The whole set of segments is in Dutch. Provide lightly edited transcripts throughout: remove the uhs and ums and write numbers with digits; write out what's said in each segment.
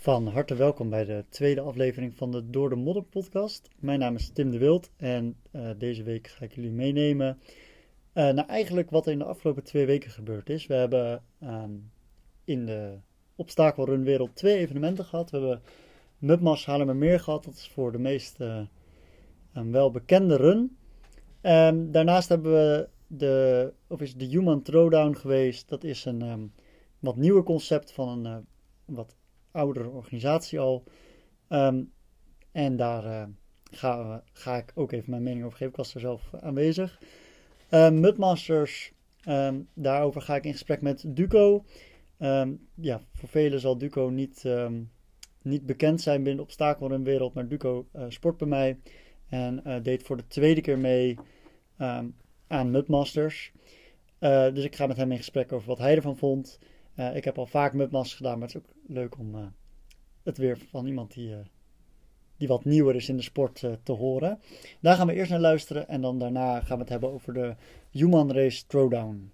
Van harte welkom bij de tweede aflevering van de Door de Modder podcast. Mijn naam is Tim de Wild en deze week ga ik jullie meenemen naar eigenlijk wat er in de afgelopen 2 weken gebeurd is. We hebben in de obstakelrunwereld 2 evenementen gehad. We hebben Mudmash Haarlemmermeer gehad, dat is voor de meest wel bekende run. Daarnaast hebben we is de Human Throwdown geweest. Dat is een wat nieuwer concept van een wat oudere organisatie al. En daar ga ik ook even mijn mening over geven. Ik was er zelf aanwezig. Mudmasters, daarover ga ik in gesprek met Duco. Voor velen zal Duco niet bekend zijn binnen de obstakelrunwereld, maar Duco sport bij mij en deed voor de 2e keer mee aan Mudmasters. Dus ik ga met hem in gesprek over wat hij ervan vond. Ik heb al vaak Mudmasters gedaan, maar het is ook leuk om het weer van iemand die wat nieuwer is in de sport te horen. Daar gaan we eerst naar luisteren en dan daarna gaan we het hebben over de Human Race Throwdown.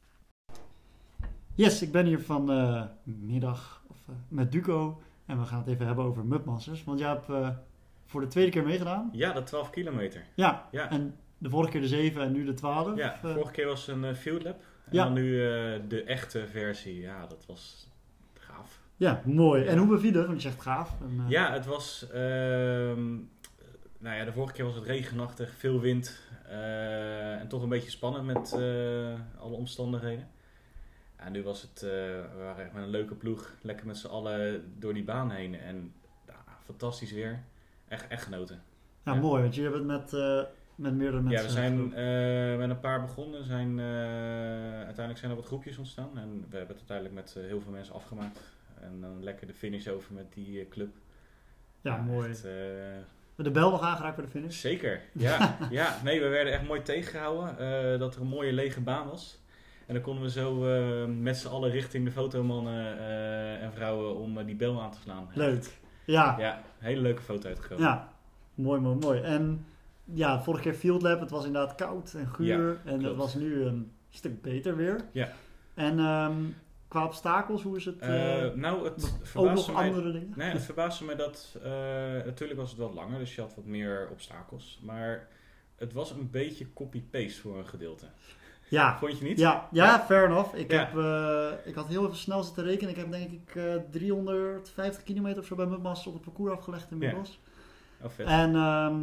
Yes, ik ben hier vanmiddag met Duco en we gaan het even hebben over Mudmasters. Want jij hebt voor de 2e keer meegedaan. Ja, de 12 kilometer. Ja, en de vorige keer de 7 en nu de 12. Ja, de vorige keer was een field lap. En dan nu de echte versie. Ja, dat was gaaf. Ja, mooi. En hoe beviel het? Want je zegt gaaf. Ja, het was... de vorige keer was het regenachtig, veel wind. En toch een beetje spannend met alle omstandigheden. En nu was het... we waren echt met een leuke ploeg. Lekker met z'n allen door die baan heen. En fantastisch weer. Echt genoten. Ja, mooi. Want jullie hebben het met meerdere mensen... Ja, we zijn met een paar begonnen. Uiteindelijk zijn er wat groepjes ontstaan. En we hebben het uiteindelijk met heel veel mensen afgemaakt. En dan lekker de finish over met die club. Ja, mooi. De bel nog aangeraakt bij de finish? Zeker, ja. We werden echt mooi tegengehouden. Dat er een mooie lege baan was. En dan konden we zo met z'n allen richting de fotomannen en vrouwen om die bel aan te slaan. Leuk. Ja. Ja, een hele leuke foto uitgekomen. Ja, mooi. En ja, vorige keer Field Lab, het was inderdaad koud en guur. En het was nu een stuk beter weer. Ja. En qua obstakels, hoe is het? Het verbaasde ook nog mij, andere dingen? Nee, het verbaasde mij dat... natuurlijk was het wat langer, dus je had wat meer obstakels. Maar het was een beetje copy-paste voor een gedeelte. Ja. Vond je niet? Ja, fair enough. Ik had heel even snel zitten rekenen. Ik heb denk ik 350 kilometer of zo bij Mudmasters op het parcours afgelegd inmiddels. Oh, vet. En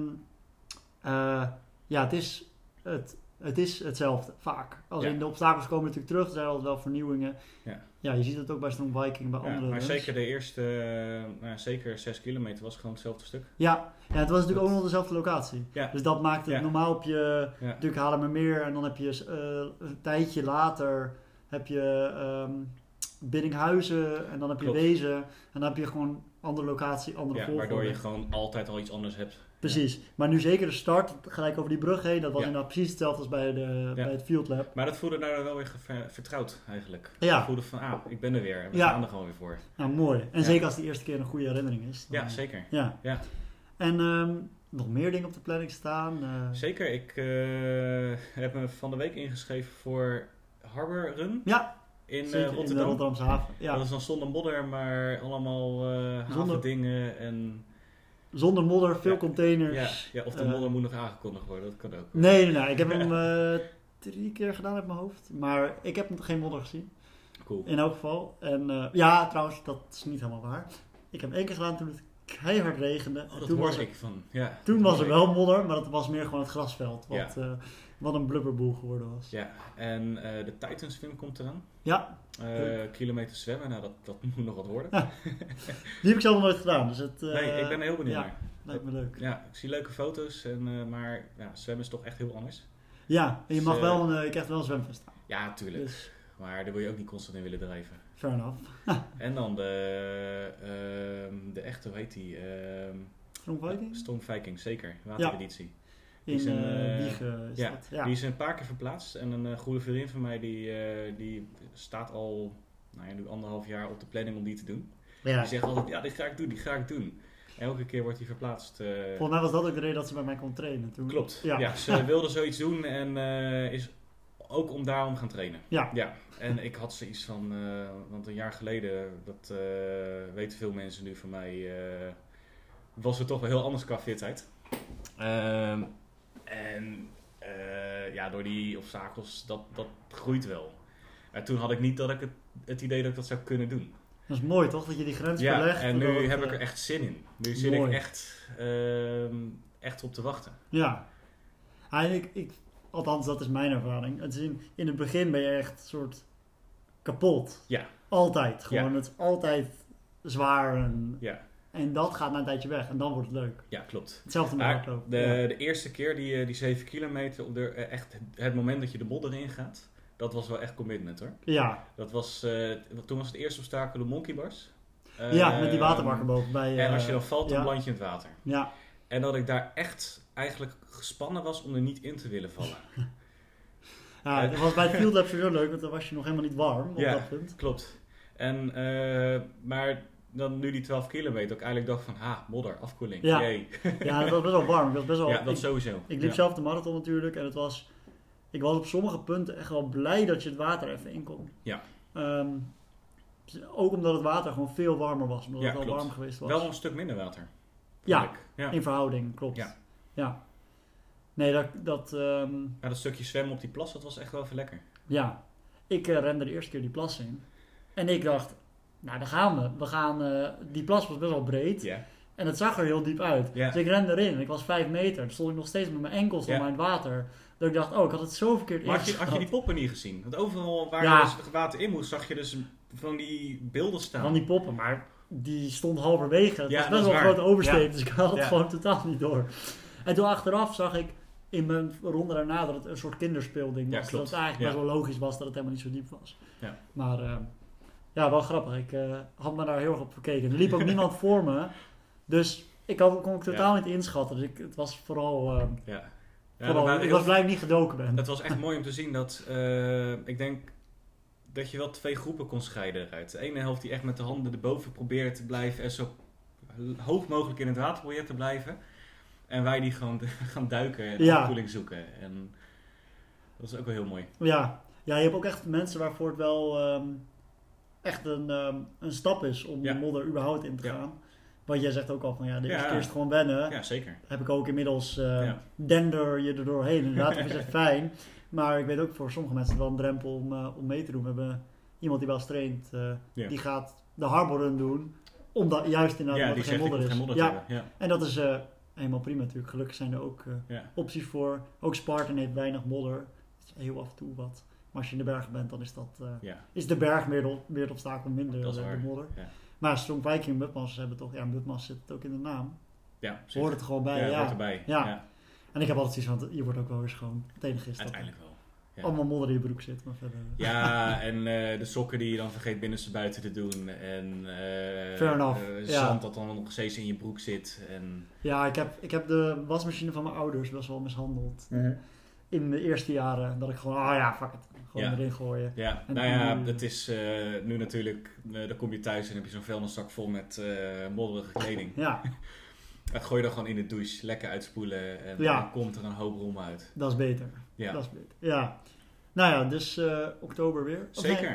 het is hetzelfde, vaak. Als in de obstakels komen natuurlijk terug, er zijn altijd wel vernieuwingen. Ja, je ziet het ook bij Strong Viking, bij andere maar runs. zeker de eerste 6 kilometer was gewoon hetzelfde stuk. Ja, het was natuurlijk ook nog dezelfde locatie. Ja. Dus dat maakt het normaal op je natuurlijk Haarlemmermeer en dan heb je een tijdje later heb je Biddinghuizen en dan heb je Wezen en dan heb je gewoon andere locatie, andere volgorde. Waardoor je gewoon altijd al iets anders hebt. Precies, maar nu zeker de start, gelijk over die brug heen, dat was inderdaad precies hetzelfde als bij het Field Lab. Maar dat voelde nou wel weer vertrouwd eigenlijk. Ja. Het voelde van, ik ben er weer en we gaan er gewoon weer voor. Nou, mooi. En zeker als de eerste keer een goede herinnering is. Dan, zeker. Ja. En nog meer dingen op de planning staan? Zeker, ik heb me van de week ingeschreven voor Harbor Run. Ja. In Rotterdam. In de Rotterdamse haven. Ja. Dat is dan zonder modder, maar allemaal havendingen en... Zonder modder, veel containers. Ja, of de modder moet nog aangekondigd worden, dat kan ook. Nee. Ik heb hem 3 keer gedaan uit mijn hoofd. Maar ik heb nog geen modder gezien. Cool. In elk geval. En trouwens, dat is niet helemaal waar. Ik heb 1 keer gedaan toen het keihard regende. Dat hoor ik van. Ja, toen was er wel modder, maar dat was meer gewoon het grasveld. Wat een blubberboel geworden was. Ja, en de Titans film komt eraan. Ja. Kilometer zwemmen, dat moet nog wat worden. Ja. Die heb ik zelf nog nooit gedaan. Dus ik ben er heel benieuwd naar. Lijkt me leuk. Ja, ik zie leuke foto's, maar zwemmen is toch echt heel anders. Ja, en je mag je krijgt wel een zwemvest aan. Ja, tuurlijk. Dus. Maar daar wil je ook niet constant in willen drijven. Fair enough. En dan de echte, hoe heet die? Strong Viking? Strong Viking, zeker. Watereditie. In Wiegen is dat. Ja. Die is een paar keer verplaatst. En een goede vriendin van mij die staat al nu 1,5 jaar op de planning om die te doen. Ja. Die zegt altijd, die ga ik doen. Elke keer wordt hij verplaatst. Volgens mij was dat ook de reden dat ze bij mij kon trainen toen. Klopt. Ja, ze wilde zoiets doen en is ook om daarom gaan trainen. Ja. Ja, en ik had zoiets van, want een jaar geleden, dat weten veel mensen nu van mij, was het toch wel heel anders qua fitheid. Door die obstakels, dat groeit wel. En toen had ik niet dat ik het idee dat ik dat zou kunnen doen. Dat is mooi toch, dat je die grens Ja, verlegt. en nu heb ik er echt zin in. Nu zit mooi. ik echt op te wachten. Ja. Ik, althans, dat is mijn ervaring. Het is in het begin ben je echt een soort kapot. Ja. Altijd. Gewoon, Ja. het is altijd zwaar. Ja. En dat gaat na een tijdje weg. En dan wordt het leuk. Ja, klopt. Hetzelfde met Maar hardlopen. de eerste keer die 7 kilometer, echt het moment dat je de modder in gaat, dat was wel echt commitment hoor. Ja. Dat was, toen was het eerste obstakel de monkey bars. Ja, met die waterbakken boven. En als je dan valt, dan ja. beland je in het water. Ja. En dat ik daar echt eigenlijk gespannen was om er niet in te willen vallen. Ja, dat was bij het Field Lab zo leuk, want dan was je nog helemaal niet warm op Ja. dat punt. Klopt. Maar dan nu die 12 kilometer, ook eigenlijk dacht van, modder, afkoeling. Ja. Jee. Ja, dat was best wel warm. Ik was best wel, Ja, dat sowieso. ik liep zelf de marathon natuurlijk en ik was op sommige punten echt wel blij dat je het water even in kon. Ja. Ook omdat het water gewoon veel warmer was, omdat Ja, het al klopt. warm geweest was. Wel een stuk minder water. Ja, vond ik. Ja. in verhouding, klopt. Ja. Ja. Nee, Ja, dat stukje zwemmen op die plas, dat was echt wel even lekker. ja. Ik rende de eerste keer die plas in. En ik dacht, nou daar gaan we. Die plas was best wel breed. Ja. En het zag er heel diep uit. Ja. Dus ik rende erin. Ik was 5 meter. Toen stond ik nog steeds met mijn enkels Ja. onder het water. Dat ik dacht, ik had het zo verkeerd Maar had je ingeschat. die poppen niet gezien? Want overal waar Ja. je dus het water in moest, zag je dus van die beelden staan. Van die poppen, maar die stond halverwege. Het Ja, was dat best is wel een waar. grote oversteek, Ja. dus ik had het Ja. gewoon totaal niet door. En toen achteraf zag ik in mijn ronde daarna dat het een soort kinderspeelding was. Ja, Dat klopt. het eigenlijk Ja. best wel logisch was dat het helemaal niet zo diep was. Ja. Maar wel grappig. Ik had me daar heel erg op gekeken. Er liep ook niemand voor me, dus kon ik totaal niet inschatten. Dus het was vooral... Ja. ik was blij dat ik niet gedoken ben. Het was echt mooi om te zien dat, ik denk dat je wel 2 groepen kon scheiden eruit. De ene helft die echt met de handen erboven probeert te blijven en zo hoog mogelijk in het water probeert te blijven. En wij die gewoon gaan duiken en afkoeling zoeken. En dat is ook wel heel mooi. Ja, je hebt ook echt mensen waarvoor het wel echt een stap is om de modder überhaupt in te gaan. Want jij zegt ook al van de eerste keer is het gewoon wennen. Ja, zeker. Heb ik ook inmiddels dender je er doorheen. Inderdaad, dat is echt fijn. Maar ik weet ook voor sommige mensen wel een drempel om mee te doen. We hebben iemand die wel eens traint, die gaat de Harbor Run doen. Omdat juist inderdaad omdat er geen modder is. Geen modder te hebben. Ja. En dat is helemaal prima natuurlijk. Gelukkig zijn er ook opties voor. Ook Spartan heeft weinig modder. Het is heel af en toe wat. Maar als je in de bergen bent, dan is dat is de berg meer het obstakel, minder de modder. Ja. Maar Strong Viking en Mudmasters hebben toch... Ja, Mudmasters zit het ook in de naam. Ja, hoort het er gewoon bij. Ja, hoort erbij. Ja. En ik heb altijd zoiets van, je wordt ook wel weer schoon. Het enige is uiteindelijk wel. Ja. Allemaal modder in je broek zit. Maar verder... Ja, en de sokken die je dan vergeet binnenste buiten te doen. En zand dat dan nog steeds in je broek zit. En... Ja, ik heb de wasmachine van mijn ouders best wel mishandeld. In de eerste jaren. Dat ik gewoon, fuck it. Gewoon erin gooien. Ja, het is nu natuurlijk... dan kom je thuis en heb je zo'n vuilniszak vol met modderige kleding. Ja. Dat gooi je dan gewoon in de douche. Lekker uitspoelen. En dan komt er een hoop roem uit. Dat is beter. Ja. Dat is beter. Ja. Nou ja, dus oktober weer. Zeker.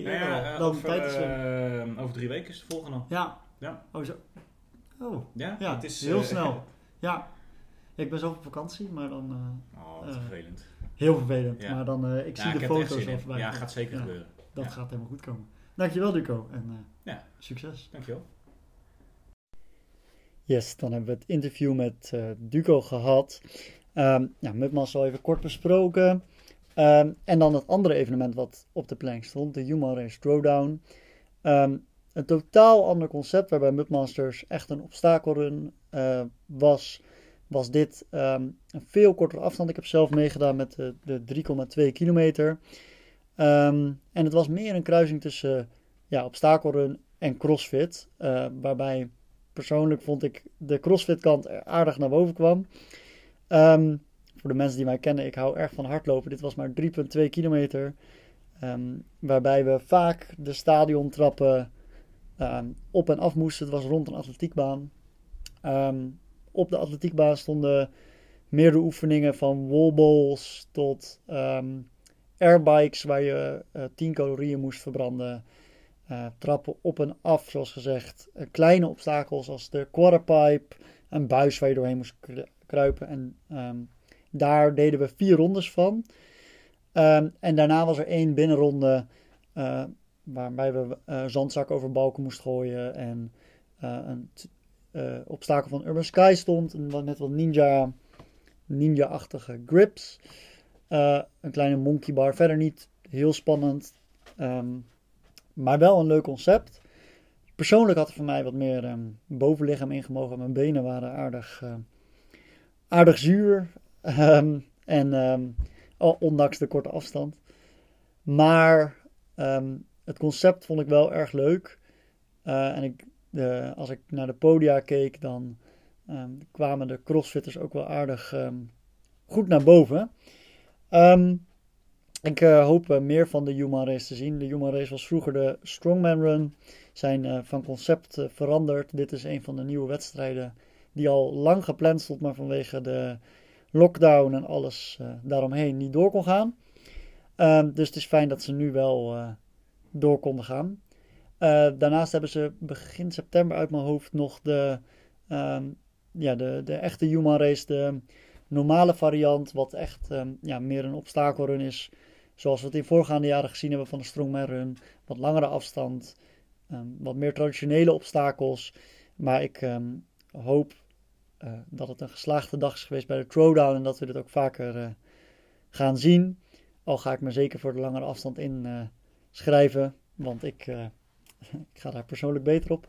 Over 3 weken is de volgende al. Ja. Ja. Oh, zo. Oh. Ja, het is heel snel. Ja. Ik ben zo op vakantie, maar dan... wat vervelend. Heel vervelend, maar dan ik zie de foto's wel voorbij. Ja, gaat zeker gebeuren. Dat gaat helemaal goed komen. Dankjewel Duco en succes. Dankjewel. Yes, dan hebben we het interview met Duco gehad. Mudmasters al even kort besproken. En dan het andere evenement wat op de planning stond, de Human Race Throwdown. Een totaal ander concept waarbij Mudmasters echt een obstakelrun was dit een veel kortere afstand. Ik heb zelf meegedaan met de 3,2 kilometer. En het was meer een kruising tussen obstakelrun en crossfit. Waarbij persoonlijk vond ik de crossfit kant aardig naar boven kwam. Voor de mensen die mij kennen, ik hou erg van hardlopen. Dit was maar 3,2 kilometer. Waarbij we vaak de stadiontrappen op en af moesten. Het was rond een atletiekbaan. Op de atletiekbaan stonden meerdere oefeningen van wallballs tot airbikes waar je 10 calorieën moest verbranden. Trappen op en af, zoals gezegd. Kleine obstakels als de quarterpipe. Een buis waar je doorheen moest kruipen. En daar deden we 4 rondes van. En daarna was er 1 binnenronde waarbij we zandzak over balken moesten gooien. En een obstakel van Urban Sky stond. Met wat ninja-achtige grips. Een kleine monkey bar. Verder niet heel spannend. Maar wel een leuk concept. Persoonlijk had er voor mij wat meer bovenlichaam ingemogen. Mijn benen waren aardig zuur. Ondanks de korte afstand. Maar het concept vond ik wel erg leuk. Als ik naar de podia keek, dan kwamen de crossfitters ook wel aardig goed naar boven. Ik hoop meer van de Human Race te zien. De Human Race was vroeger de Strongman Run. Zijn van concept veranderd. Dit is een van de nieuwe wedstrijden die al lang gepland stond, maar vanwege de lockdown en alles daaromheen niet door kon gaan. Dus het is fijn dat ze nu wel door konden gaan. Daarnaast hebben ze begin september uit mijn hoofd nog de echte Human Race, de normale variant, wat echt meer een obstakelrun is. Zoals we het in voorgaande jaren gezien hebben van de Strongman Run. Wat langere afstand, wat meer traditionele obstakels. Maar ik hoop dat het een geslaagde dag is geweest bij de Throwdown en dat we dit ook vaker gaan zien. Al ga ik me zeker voor de langere afstand inschrijven, want ik ga daar persoonlijk beter op.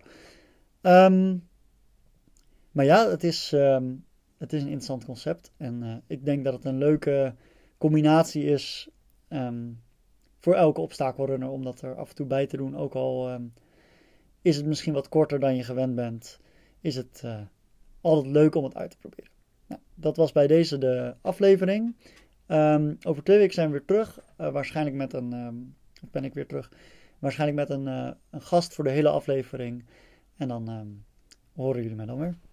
Maar ja, het is een interessant concept. En ik denk dat het een leuke combinatie is voor elke obstakelrunner om dat er af en toe bij te doen. Ook al is het misschien wat korter dan je gewend bent, is het altijd leuk om het uit te proberen. Nou, dat was bij deze de aflevering. Over 2 weken zijn we weer terug. Waarschijnlijk met een gast voor de hele aflevering. En dan horen jullie mij dan weer.